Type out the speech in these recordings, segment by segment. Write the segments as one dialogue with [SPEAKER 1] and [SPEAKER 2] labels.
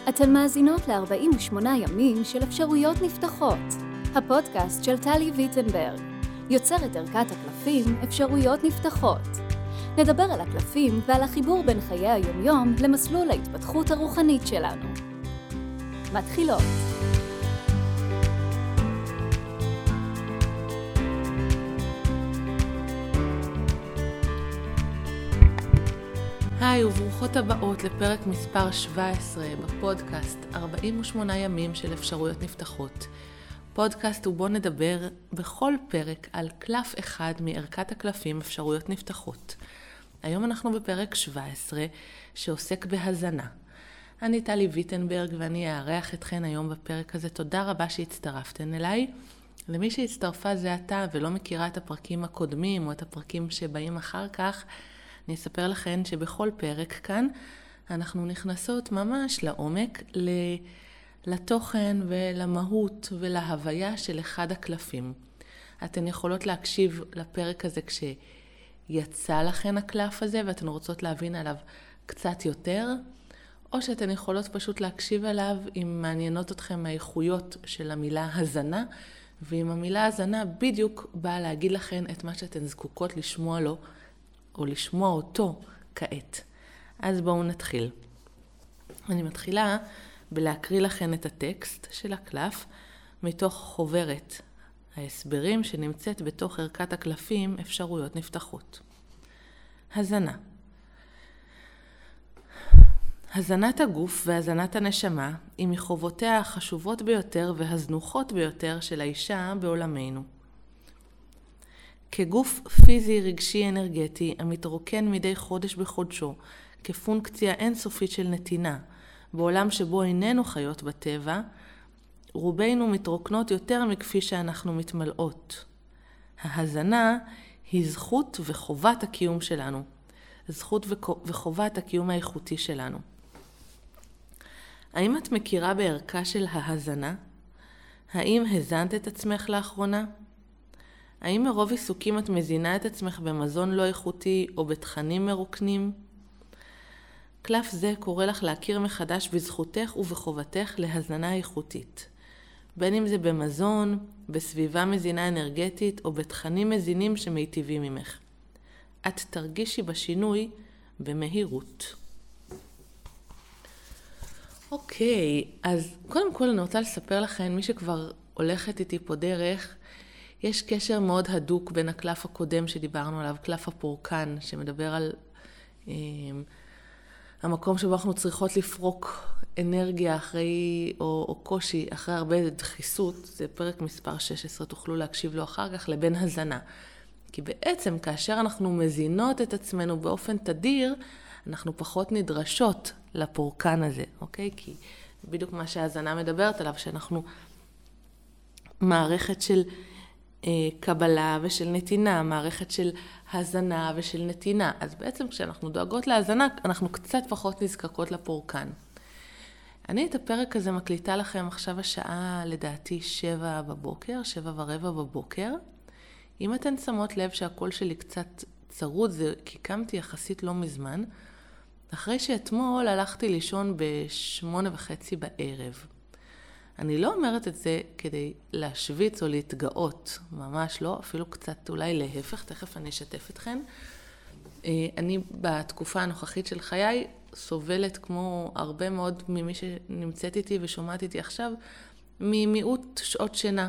[SPEAKER 1] אתן מאזינות ל-48 ימים של אפשרויות נפתחות, הפודקאסט של טלי ויטנברג, יוצרת ערכת הקלפים אפשרויות נפתחות. נדבר על הקלפים ועל החיבור בין חיי היומיום למסלול ההתפתחות הרוחנית שלנו. מתחילות.
[SPEAKER 2] היי וברוכות הבאות לפרק מספר 17 בפודקאסט 48 ימים של אפשרויות נפתחות. פודקאסט ובו נדבר בכל פרק על קלף אחד מערכת הקלפים אפשרויות נפתחות. היום אנחנו בפרק 17 שעוסק בהזנה. אני טלי ויטנברג ואני אארח אתכן היום בפרק הזה. תודה רבה שהצטרפתן אליי. למי שהצטרפה זה עתה ולא מכירה את הפרקים הקודמים או את הפרקים שבאים אחר כך, אני אספר לכן שבכל פרק כאן אנחנו נכנסות ממש לעומק, לתוכן ולמהות ולהוויה של אחד הקלפים. אתן יכולות להקשיב לפרק הזה כשיצא לכן הקלף הזה ואתן רוצות להבין עליו קצת יותר, או שאתן יכולות פשוט להקשיב עליו אם מעניינות אתכם האיכויות של המילה הזנה, ואם המילה הזנה בדיוק באה להגיד לכן את מה שאתן זקוקות לשמוע לו, או לשמוע אותו כעת. אז בואו נתחיל. אני מתחילה בלהקריא לכן את הטקסט של הקלף מתוך חוברת ההסברים שנמצאת בתוך ערכת הקלפים אפשרויות נפתחות. הזנה. הזנת הגוף והזנת הנשמה היא מחובותיה החשובות ביותר והזנוחות ביותר של האישה בעולמנו. כגוף פיזי רגשי אנרגטי המתרוקן מדי חודש בחודשו, כפונקציה אינסופית של נתינה, בעולם שבו איננו חיות בטבע, רובנו מתרוקנות יותר מכפי שאנחנו מתמלאות. ההזנה היא זכות וחובת הקיום שלנו, זכות וחובת הקיום האיכותי שלנו. האם את מכירה בערכה של ההזנה? האם הזנת את עצמך לאחרונה? האם מרוב עיסוקים את מזינה את עצמך במזון לא איכותי או בתכנים מרוקנים? קלף זה קורא לך להכיר מחדש בזכותך ובחובתך להזנה איכותית. בין אם זה במזון, בסביבה מזינה אנרגטית או בתכנים מזינים שמיטיבים ממך. את תרגישי בשינוי במהירות. אוקיי, אז קודם כל אני רוצה לספר לכם, מי שכבר הולכת איתי פה דרך, יש קשר מאוד הדוק בין הקלף הקודם שדיברנו עליו, קלף הפורקן, שמדבר על המקום שבו אנחנו צריכות לפרוק אנרגיה אחרי, או קושי אחרי הרבה דחיסות, זה פרק מספר 16, תוכלו להקשיב לו אחר כך, לבין הזנה. כי בעצם כאשר אנחנו מזינות את עצמנו באופן תדיר, אנחנו פחות נדרשות לפורקן הזה, אוקיי? כי בדיוק מה שההזנה מדברת עליו, שאנחנו מערכת של קבלה ושל נתינה, מערכת של הזנה ושל נתינה. אז בעצם כשאנחנו דואגות להזנה, אנחנו קצת פחות נזקקות לפורקן. אני את הפרק הזה מקליטה לכם עכשיו השעה לדעתי 7 בבוקר, 7:15 בבוקר. אם אתן שמות לב שהקול שלי קצת צרוד, זה כי קמתי יחסית לא מזמן, אחרי שאתמול הלכתי לישון ב8:30 בערב. אני לא אומרת את זה כדי להשוויץ או להתגאות, ממש לא, אפילו קצת אולי להפך, תכף אני אשתף אתכן. אני בתקופה הנוכחית של חיי סובלת כמו הרבה מאוד ממי שנמצאת איתי ושומעת איתי עכשיו, ממיעוט שעות שינה.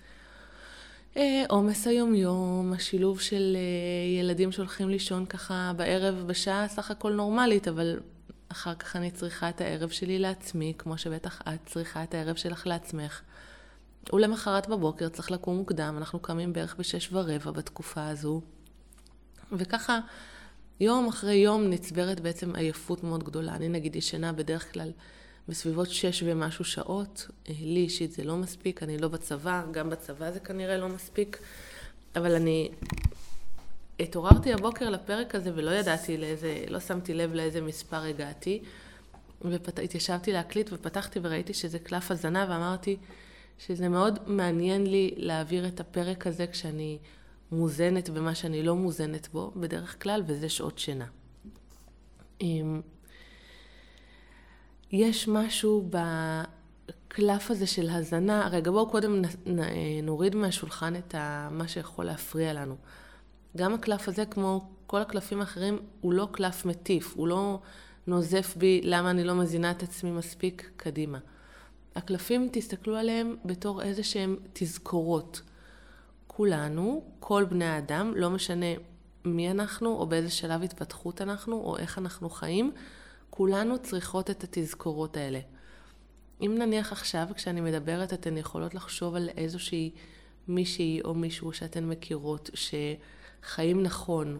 [SPEAKER 2] עומס היום-יום, השילוב של ילדים שהולכים לישון ככה בערב בשעה סך הכל נורמלית, אבל אחר כך אני צריכה את הערב שלי לעצמי, כמו שבטח את צריכה את הערב שלך לעצמך. ולמחרת בבוקר צריך לקום מוקדם, אנחנו קמים בערך ב6:15 בתקופה הזו. וככה יום אחרי יום נצברת בעצם עייפות מאוד גדולה. אני נגיד ישנה בדרך כלל בסביבות 6 ומשהו שעות. לי אישית זה לא מספיק, אני לא בצבא, גם בצבא זה כנראה לא מספיק. אבל אני התעוררתי הבוקר לפרק הזה ולא ידעתי לא שמתי לב לאיזה מספר הגעתי. והתיישבתי להקליט ופתחתי וראיתי שזה קלף הזנה ואמרתי שזה מאוד מעניין לי להעביר את הפרק הזה כשאני מוזנת במה שאני לא מוזנת בו בדרך כלל, וזה שעות שינה. יש משהו בקלף הזה של הזנה. רגע, בואו קודם נוריד מהשולחן את מה שיכול להפריע לנו. גם הקלף הזה, כמו כל הקלפים האחרים, הוא לא קלף מטיף, הוא לא נוזף בי למה אני לא מזינה את עצמי מספיק קדימה. הקלפים, תסתכלו עליהם בתור איזה שהם תזכורות. כולנו, כל בני האדם, לא משנה מי אנחנו או באיזה שלב התפתחות אנחנו או איך אנחנו חיים, כולנו צריכות את התזכורות האלה. אם נניח עכשיו, כשאני מדברת, אתן יכולות לחשוב על איזושהי מישהי או מישהו שאתן מכירות שחיים נכון,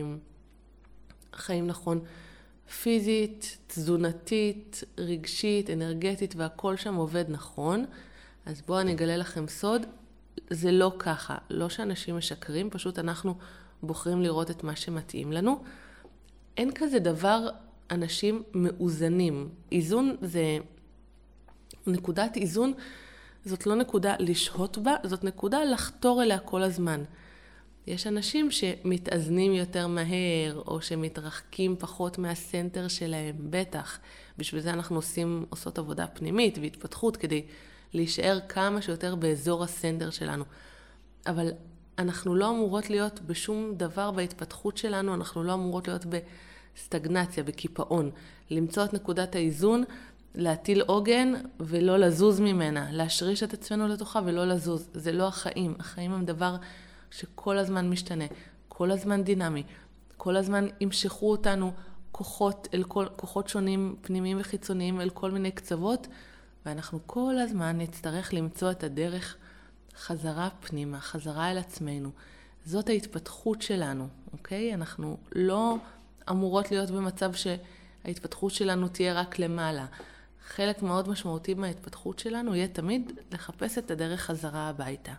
[SPEAKER 2] חיים נכון פיזית, תזונתית, רגשית, אנרגטית, והכל שם עובד נכון, אז בואו אני אגלה לכם סוד, זה לא ככה. לא שאנשים משקרים, פשוט אנחנו בוחרים לראות את מה שמתאים לנו. אין כזה דבר אנשים מאוזנים. איזון זה, נקודת איזון, זאת לא נקודה לשהות בה, זאת נקודה לחתור אליה כל הזמן. יש אנשים שמתאזנים יותר מהר, או שמתרחקים פחות מהסנטר שלהם, בטח. בשביל זה אנחנו עושות עבודה פנימית והתפתחות, כדי להישאר כמה שיותר באזור הסנטר שלנו. אבל אנחנו לא אמורות להיות בשום דבר בהתפתחות שלנו, אנחנו לא אמורות להיות בסטגנציה, בקיפאון. למצוא את נקודת האיזון, להטיל עוגן ולא לזוז ממנה, להשריש את עצמנו לתוכה ולא לזוז. זה לא החיים. החיים הם דבר שכל הזמן משתנה, כל הזמן דינמי, כל הזמן ימשכו אותנו כוחות שונים, פנימיים וחיצוניים, אל כל מיני קצוות, ואנחנו כל הזמן נצטרך למצוא את הדרך חזרה פנימה, חזרה אל עצמנו. זאת ההתפתחות שלנו, אוקיי? אנחנו לא אמורות להיות במצב שההתפתחות שלנו תהיה רק למעלה. חלק מאוד משמעותי מההתפתחות שלנו יהיה תמיד לחפש את הדרך חזרה הביתה.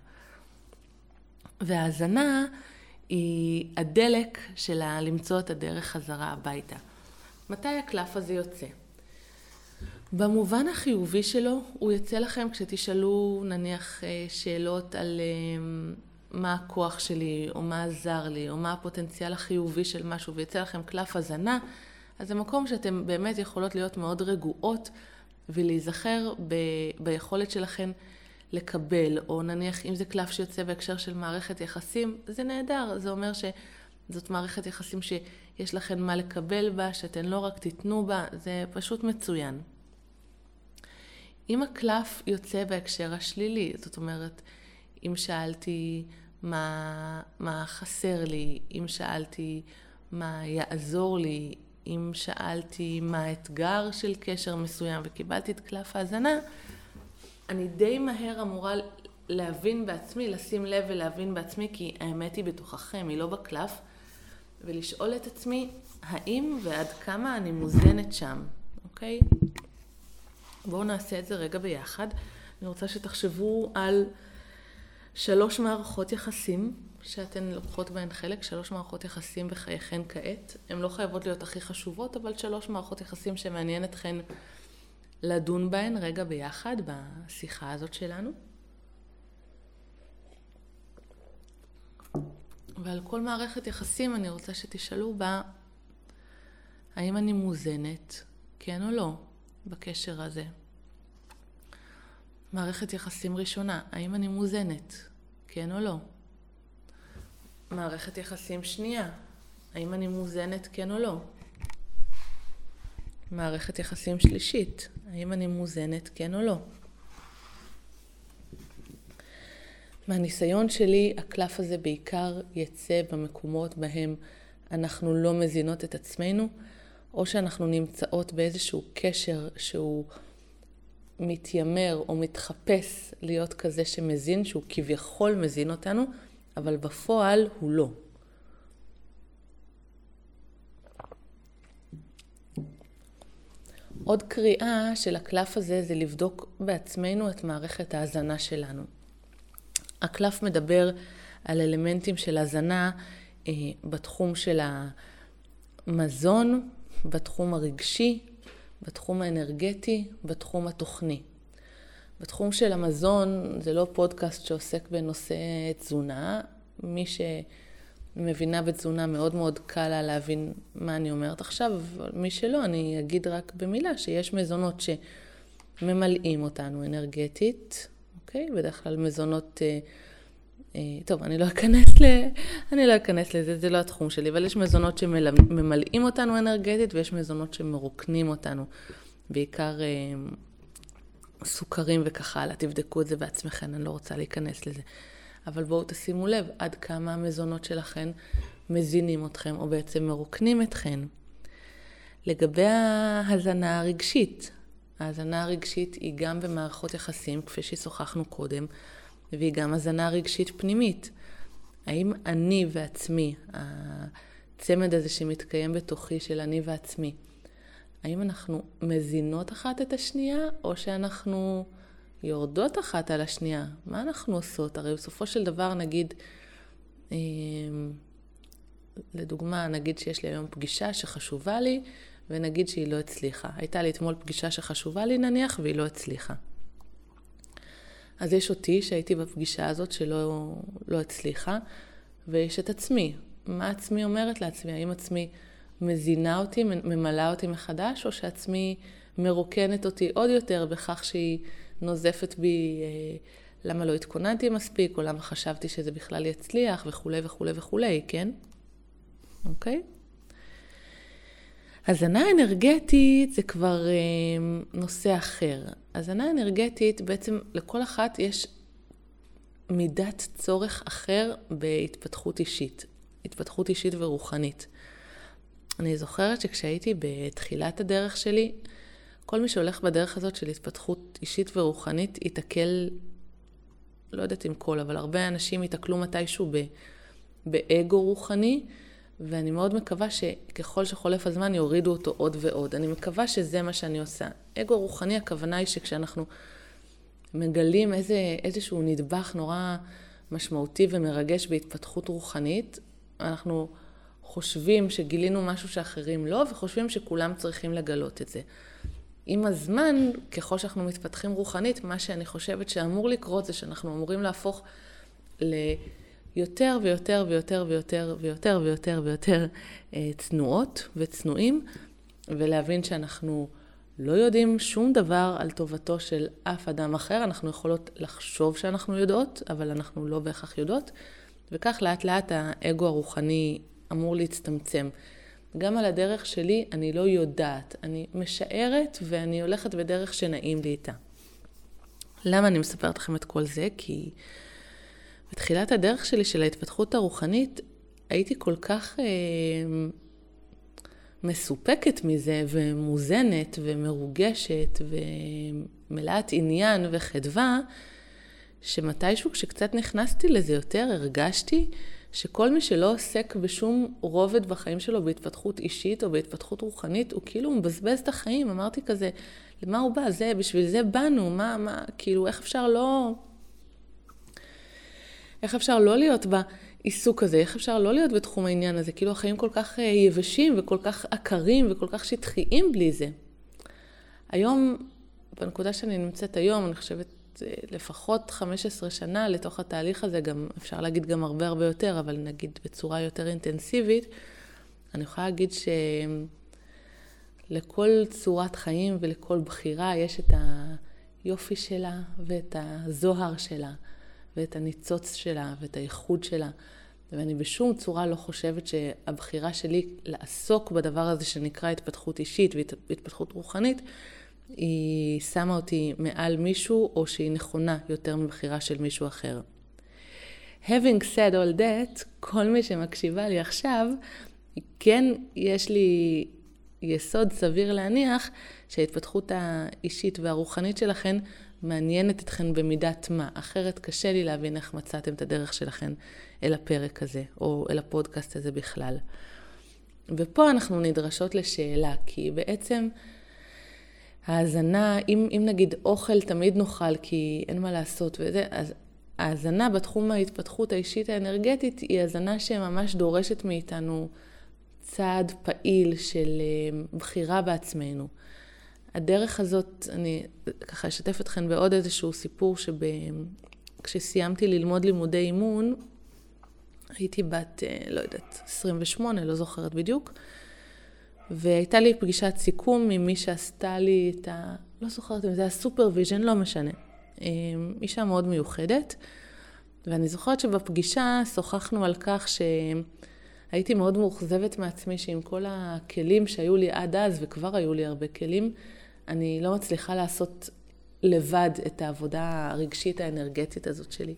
[SPEAKER 2] וההזנה היא הדלק שלה למצוא את הדרך חזרה הביתה. מתי הקלף הזה יוצא? במובן החיובי שלו, הוא יצא לכם כשתשאלו נניח שאלות על מה הכוח שלי, או מה עזר לי, או מה הפוטנציאל החיובי של משהו, ויצא לכם קלף הזנה, אז זה מקום שאתם באמת יכולות להיות מאוד רגועות, ולהיזכר ביכולת שלכם לקבל, או נניח אם זה קלף שיוצא בהקשר של מערכת יחסים, זה נהדר, זה אומר שזאת מערכת יחסים שיש לכם מה לקבל בה, שאתן לא רק תיתנו בה, זה פשוט מצוין. אם הקלף יוצא בהקשר השלילי, זאת אומרת, אם שאלתי מה חסר לי, אם שאלתי מה יעזור לי, אם שאלתי מה האתגר של קשר מסוים וקיבלתי את קלף ההזנה, אני די מהר אמורה להבין בעצמי, לשים לב ולהבין בעצמי, כי האמת היא בתוככם, היא לא בקלף, ולשאול את עצמי, האם ועד כמה אני מוזנת שם, אוקיי? בואו נעשה את זה רגע ביחד. אני רוצה שתחשבו על 3 מערכות יחסים שאתן לוקחות בהן חלק, 3 מערכות יחסים בחייכן כעת. הן לא חייבות להיות הכי חשובות, אבל 3 מערכות יחסים שמעניין אתכן לדון בהן רגע ביחד בשיחה הזאת שלנו. ועל כל מערכת יחסים אני רוצה שתשאלו בה, האם אני מוזנת, כן או לא, בקשר הזה. מערכת יחסים ראשונה, האם אני מוזנת, כן או לא. מערכת יחסים שנייה, האם אני מוזנת, כן או לא. מערכת יחסים שלישית, האם אני מוזנת, כן או לא. מהניסיון שלי, הקלף הזה בעיקר יצא במקומות בהם אנחנו לא מזינות את עצמנו, או שאנחנו נמצאות באיזשהו קשר שהוא מתיימר או מתחפש להיות כזה שמזין, שהוא כביכול מזין אותנו, אבל בפועל הוא לא. עוד קריאה של הקלף הזה זה לבדוק בעצמנו את מערכת ההזנה שלנו. הקלף מדבר על אלמנטים של הזנה בתחום של המזון, בתחום הרגשי, בתחום האנרגטי, בתחום התוכני. בתחום של המזון זה לא פודקאסט שעוסק בנושא תזונה. מי מבינה בתזונה מאוד מאוד קל לה להבין מה אני אומרת עכשיו, אבל מי שלא, אני אגיד רק במילה שיש מזונות שממלאים אותנו אנרגטית, אוקיי? בדרך כלל מזונות, טוב, אני לא אכנס לזה, זה לא התחום שלי, אבל יש מזונות שממלאים אותנו אנרגטית, ויש מזונות שמרוקנים אותנו, בעיקר סוכרים וכך הלאה, תבדקו את זה בעצמכם, אני לא רוצה להיכנס לזה. אבל בואו תשימו לב עד כמה המזונות שלכם מזינים אתכם, או בעצם מרוקנים אתכם. לגבי ההזנה הרגשית, ההזנה הרגשית היא גם במערכות יחסים, כפי ששוחחנו קודם, והיא גם הזנה רגשית פנימית. האם אני ועצמי, הצמד הזה שמתקיים בתוכי של אני ועצמי, האם אנחנו מזינות אחת את השנייה, או שאנחנו יורדות אחת על השנייה? מה אנחנו עושות? הרי בסופו של דבר נגיד, לדוגמה, נגיד שיש לי היום פגישה שחשובה לי, ונגיד שהיא לא הצליחה. הייתה לי אתמול פגישה שחשובה לי נניח, והיא לא הצליחה. אז יש אותי שהייתי בפגישה הזאת שלא הצליחה, ויש את עצמי. מה עצמי אומרת לעצמי? האם עצמי מזינה אותי, ממלאה אותי מחדש, או שעצמי מרוקנת אותי עוד יותר בכך שהיא נוזפת בי למה לא התכוננתי מספיק, או למה חשבתי שזה בכלל יצליח, וכו' וכו' וכו', כן? אוקיי? הזנה אנרגטית זה כבר נושא אחר. הזנה אנרגטית, בעצם לכל אחת יש מידת צורך אחר בהתפתחות אישית. התפתחות אישית ורוחנית. אני זוכרת שכשהייתי בתחילת הדרך שלי, כל מי שהולך בדרך הזאת של התפתחות אישית ורוחנית, יתקל, לא יודעת אם כל, אבל הרבה אנשים יתקלו מתישהו באגו רוחני, ואני מאוד מקווה שככל שחולף הזמן יורידו אותו עוד ועוד. אני מקווה שזה מה שאני עושה. אגו רוחני, הכוונה היא שכשאנחנו מגלים איזשהו נדבך נורא משמעותי ומרגש בהתפתחות רוחנית, אנחנו חושבים שגילינו משהו שאחרים לא, וחושבים שכולם צריכים לגלות את זה. עם הזמן, ככל שאנחנו מתפתחים רוחנית, מה שאני חושבת שאמור לקרות זה שאנחנו אמורים להפוך ליותר ויותר ויותר ויותר ויותר ויותר ויותר צנועות וצנועים, ולהבין שאנחנו לא יודעים שום דבר על טובתו של אף אדם אחר. אנחנו יכולות לחשוב שאנחנו יודעות, אבל אנחנו לא בהכרח יודעות, וכך לאט לאט האגו הרוחני אמור להצטמצם. גם על הדרך שלי אני לא יודעת, אני משערת ואני הולכת בדרך שנעים לי איתה. למה אני מספרת לכם את כל זה? כי בתחילת הדרך שלי של ההתפתחות הרוחנית הייתי כל כך מסופקת מזה ומוזנת ומרוגשת ומלאת עניין וחדווה, שמתישהו כשקצת נכנסתי לזה יותר הרגשתי שכל מי שלא עוסק בשום רובד בחיים שלו בהתפתחות אישית או בהתפתחות רוחנית, הוא כאילו מבזבז את החיים. אמרתי כזה, למה הוא בא? בשביל זה באנו, כאילו איך אפשר לא להיות בעיסוק הזה? איך אפשר לא להיות בתחום העניין הזה? כאילו החיים כל כך יבשים וכל כך עקרים וכל כך שטחיים בלי זה. היום, בנקודה שאני נמצאת היום, אני חושבת לפחות 15 שנה לתוך התהליך הזה, גם אפשר להגיד גם הרבה הרבה יותר, אבל נגיד בצורה יותר אינטנסיבית, אני יכולה להגיד שלכל צורת חיים ולכל בחירה יש את היופי שלה ואת הזוהר שלה ואת הניצוץ שלה ואת הייחוד שלה, ואני בשום צורה לא חושבת שהבחירה שלי לעסוק בדבר הזה שנקרא התפתחות אישית והתפתחות רוחנית, היא שמה אותי מעל מישהו, או שהיא נכונה יותר מבחירה של מישהו אחר. Having said all that, כל מי שמקשיבה לי עכשיו, כן יש לי יסוד סביר להניח שההתפתחות האישית והרוחנית שלכן מעניינת אתכן במידת מה. אחרת קשה לי להבין איך מצאתם את הדרך שלכן אל הפרק הזה, או אל הפודקאסט הזה בכלל. ופה אנחנו נדרשות לשאלה, כי בעצם ההזנה, אם נגיד אוכל תמיד נאכל כי אין מה לעשות וזה, אז ההזנה בתחום ההתפתחות האישית האנרגטית היא הזנה שממש דורשת מאיתנו צעד פעיל של בחירה בעצמנו. הדרך הזאת, אני ככה אשתף אתכן בעוד איזשהו סיפור כשסיימתי ללמוד לימודי אימון, הייתי בת, 28, לא זוכרת בדיוק. והייתה לי פגישת סיכום עם מי שעשתה לי את לא זוכרת אם זה היה סופרוויז'ן, לא משנה. אישה מאוד מיוחדת. ואני זוכרת שבפגישה שוחחנו על כך שהייתי מאוד מאוכזבת מעצמי שעם כל הכלים שהיו לי עד אז, וכבר היו לי הרבה כלים, אני לא מצליחה לעשות לבד את העבודה הרגשית האנרגטית הזאת שלי.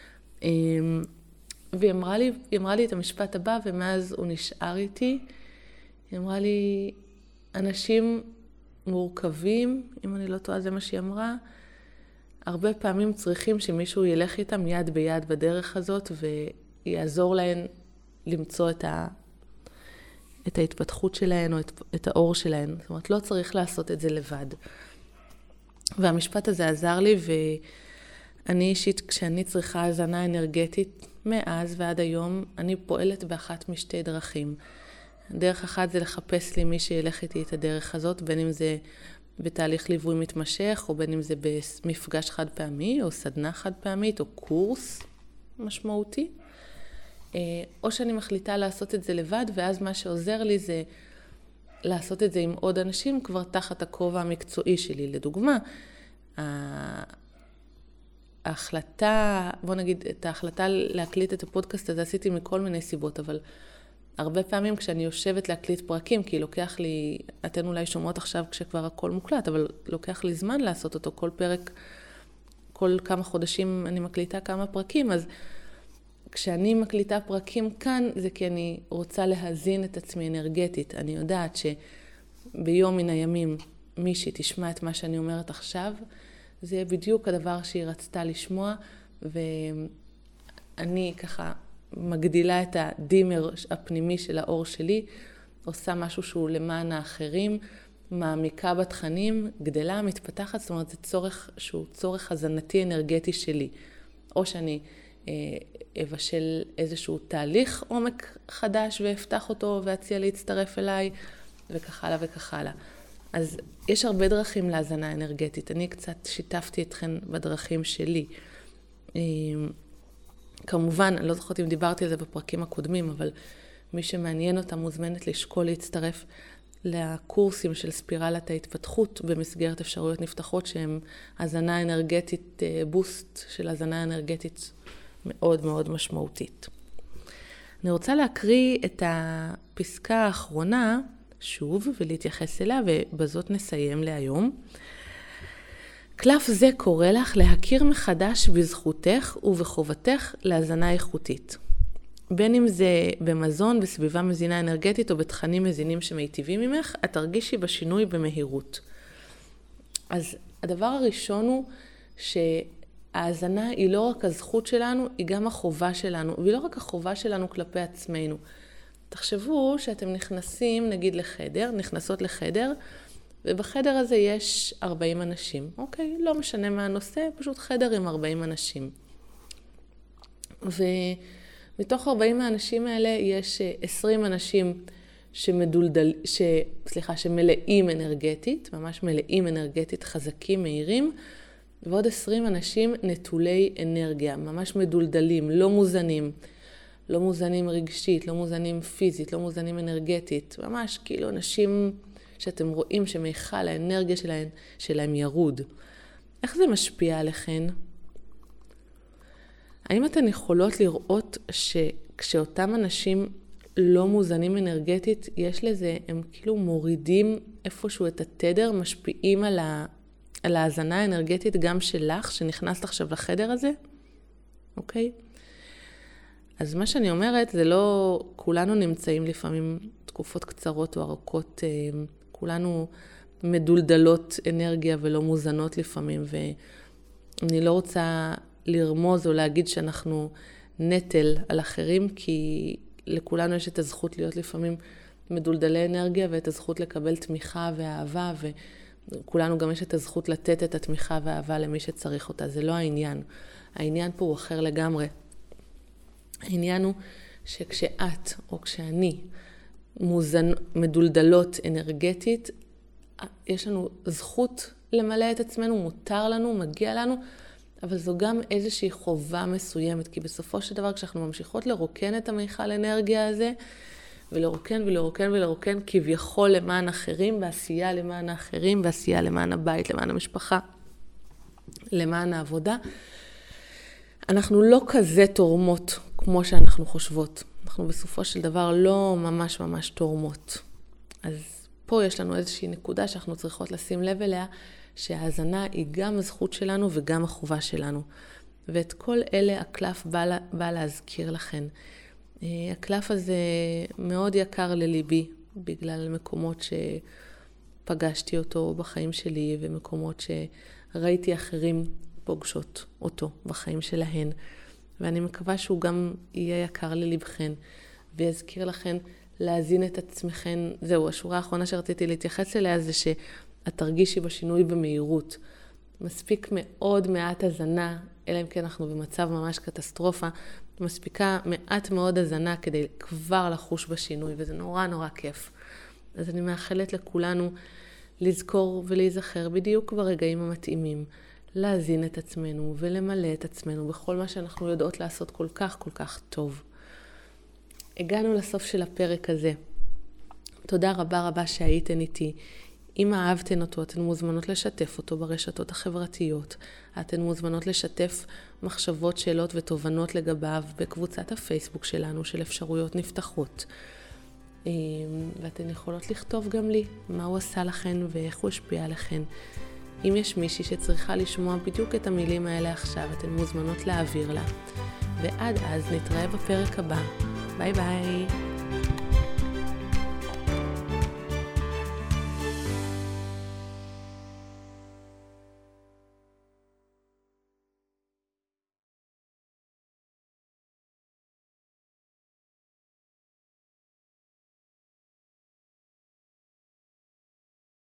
[SPEAKER 2] והיא אמרה לי את המשפט הבא, ומאז הוא נשאר איתי. היא אמרה לי, אנשים מורכבים, אם אני לא טועה, זה מה שהיא אמרה, הרבה פעמים צריכים שמישהו ילך איתם יד ביד בדרך הזאת, ויעזור להן למצוא את ההתפתחות שלהן, או את האור שלהן. זאת אומרת, לא צריך לעשות את זה לבד. והמשפט הזה עזר לי, ואני אישית, כשאני צריכה הזנה אנרגטית, מאז ועד היום, אני פועלת באחת משתי דרכים. דרך אחת זה לחפש לי מי שילך איתי את הדרך הזאת, בין אם זה בתהליך ליווי מתמשך, או בין אם זה במפגש חד פעמי, או סדנה חד פעמית, או קורס משמעותי. או שאני מחליטה לעשות את זה לבד, ואז מה שעוזר לי זה לעשות את זה עם עוד אנשים, כבר תחת הכובע המקצועי שלי. לדוגמה, ההחלטה, בוא נגיד, את ההחלטה להקליט את הפודקאסט הזה עשיתי מכל מיני סיבות, אבל הרבה פעמים כשאני יושבת להקליט פרקים, כי לוקח לי, אתן אולי שומעות עכשיו כשכבר הכל מוקלט, אבל לוקח לי זמן לעשות אותו, כל פרק, כל כמה חודשים אני מקליטה כמה פרקים, אז כשאני מקליטה פרקים כאן, זה כי אני רוצה להזין את עצמי אנרגטית. אני יודעת שביום מן הימים מישהי תשמע את מה שאני אומרת עכשיו, זה יהיה בדיוק הדבר שהיא רצתה לשמוע, ואני ככה מגדילה את הדימר הפנימי של האור שלי, עושה משהו שהוא למען האחרים, מעמיקה בתכנים, גדלה, מתפתחת, זאת אומרת, זה צורך שהוא צורך הזנתי אנרגטי שלי. או שאני אבשל איזשהו תהליך עומק חדש ואפתח אותו ואציע להצטרף אליי, וכך הלאה וכך הלאה. אז יש הרבה דרכים להזנה אנרגטית. אני קצת שיתפתי אתכן בדרכים שלי. כמובן, אני לא זוכרת אם דיברתי על זה בפרקים הקודמים, אבל מי שמעניין אותה מוזמנת לשקול להצטרף לקורסים של ספירלת ההתפתחות במסגרת אפשרויות נפתחות, שהם הזנה אנרגטית, בוסט של הזנה אנרגטית מאוד מאוד משמעותית. אני רוצה להקריא את הפסקה האחרונה שוב ולהתייחס אליה, ובזאת נסיים להיום. קלף זה קורא לך להכיר מחדש בזכותך ובחובתך להזנה איכותית. בין אם זה במזון, בסביבה מזינה אנרגטית או בתכנים מזינים שמיטיבים ממך, את תרגישי בשינוי במהירות. אז הדבר הראשון הוא שההזנה היא לא רק הזכות שלנו, היא גם החובה שלנו, והיא לא רק החובה שלנו כלפי עצמנו. תחשבו שאתם נכנסים, נגיד לחדר, נכנסות לחדר, ובחדר הזה יש 40 אנשים. אוקיי, לא משנה מה הנושא, פשוט חדר עם 40 אנשים. ומתוך 40 האנשים האלה יש 20 אנשים שמלאים אנרגטית, ממש מלאים אנרגטית, חזקים, מהירים, ועוד 20 אנשים נטולי אנרגיה, ממש מדולדלים, לא מוזנים. לא מוזנים רגשית, לא מוזנים פיזית, לא מוזנים אנרגטית. ממש כאילו אנשים שאתם רואים שמייחל האנרגיה שלהם ירוד. איך זה משפיע עליכן? האם אתן יכולות לראות שכשאותם אנשים לא מוזנים אנרגטית, יש לזה, הם כאילו מורידים איפשהו את התדר, משפיעים על ההזנה האנרגטית גם שלך, שנכנסת עכשיו לחדר הזה? אוקיי? אז מה שאני אומרת, זה לא, כולנו נמצאים לפעמים תקופות קצרות או ארוכות, כולנו מדולדלות אנרגיה ולא מוזנות לפעמים, ואני לא רוצה לרמוז או להגיד שאנחנו נטל על אחרים, כי לכולנו יש את הזכות להיות לפעמים מדולדלי אנרגיה, ואת הזכות לקבל תמיכה ואהבה, וכולנו גם יש את הזכות לתת את התמיכה והאהבה למי שצריך אותה. זה לא העניין. העניין פה הוא אחר לגמרי. העניין הוא שכשאת או כשאני מדולדלות אנרגטית, יש לנו זכות למלא את עצמנו, מותר לנו, מגיע לנו, אבל זו גם איזושהי חובה מסוימת, כי בסופו של דבר כשאנחנו ממשיכות לרוקן את המיכל אנרגיה הזה, ולרוקן כביכול למען אחרים, ועשייה למען האחרים, ועשייה למען הבית, למען המשפחה, למען העבודה, אנחנו לא כזה תורמות כמו שאנחנו חושבות. אנחנו בסופו של דבר לא ממש תורמות. אז פה יש לנו איזושהי נקודה שאנחנו צריכות לשים לב אליה, שההזנה היא גם הזכות שלנו וגם החובה שלנו. ואת כל אלה הקלף בא להזכיר לכן. הקלף הזה מאוד יקר לליבי, בגלל מקומות שפגשתי אותו בחיים שלי, ומקומות שראיתי אחרים פוגשות אותו בחיים שלהן. ואני מקווה שהוא גם יהיה יקר ללבכן, ויזכיר לכן להזין את עצמכן. זהו, השורה האחרונה שרציתי להתייחס אליה זה שאת תרגישי בשינוי במהירות. מספיק מאוד מעט הזנה, אלא אם כן אנחנו במצב ממש קטסטרופה, מספיקה מעט מאוד הזנה כדי כבר לחוש בשינוי, וזה נורא כיף. אז אני מאחלת לכולנו לזכור ולהיזכר בדיוק ברגעים המתאימים, להזין את עצמנו ולמלא את עצמנו בכל מה שאנחנו יודעות לעשות כל כך טוב. הגענו לסוף של הפרק הזה. תודה רבה שהייתן איתי. אם אהבתן אותו, אתן מוזמנות לשתף אותו ברשתות החברתיות. אתן מוזמנות לשתף מחשבות, שאלות ותובנות לגביו בקבוצת הפייסבוק שלנו של אפשרויות נפתחות. ואתן יכולות לכתוב גם לי מה הוא עשה לכן ואיך הוא השפיע עליכן. אם יש מישהי שצריכה לשמוע בדיוק את המילים האלה עכשיו, אתן מוזמנות להעביר לה. ועד אז נתראה בפרק הבא. ביי ביי.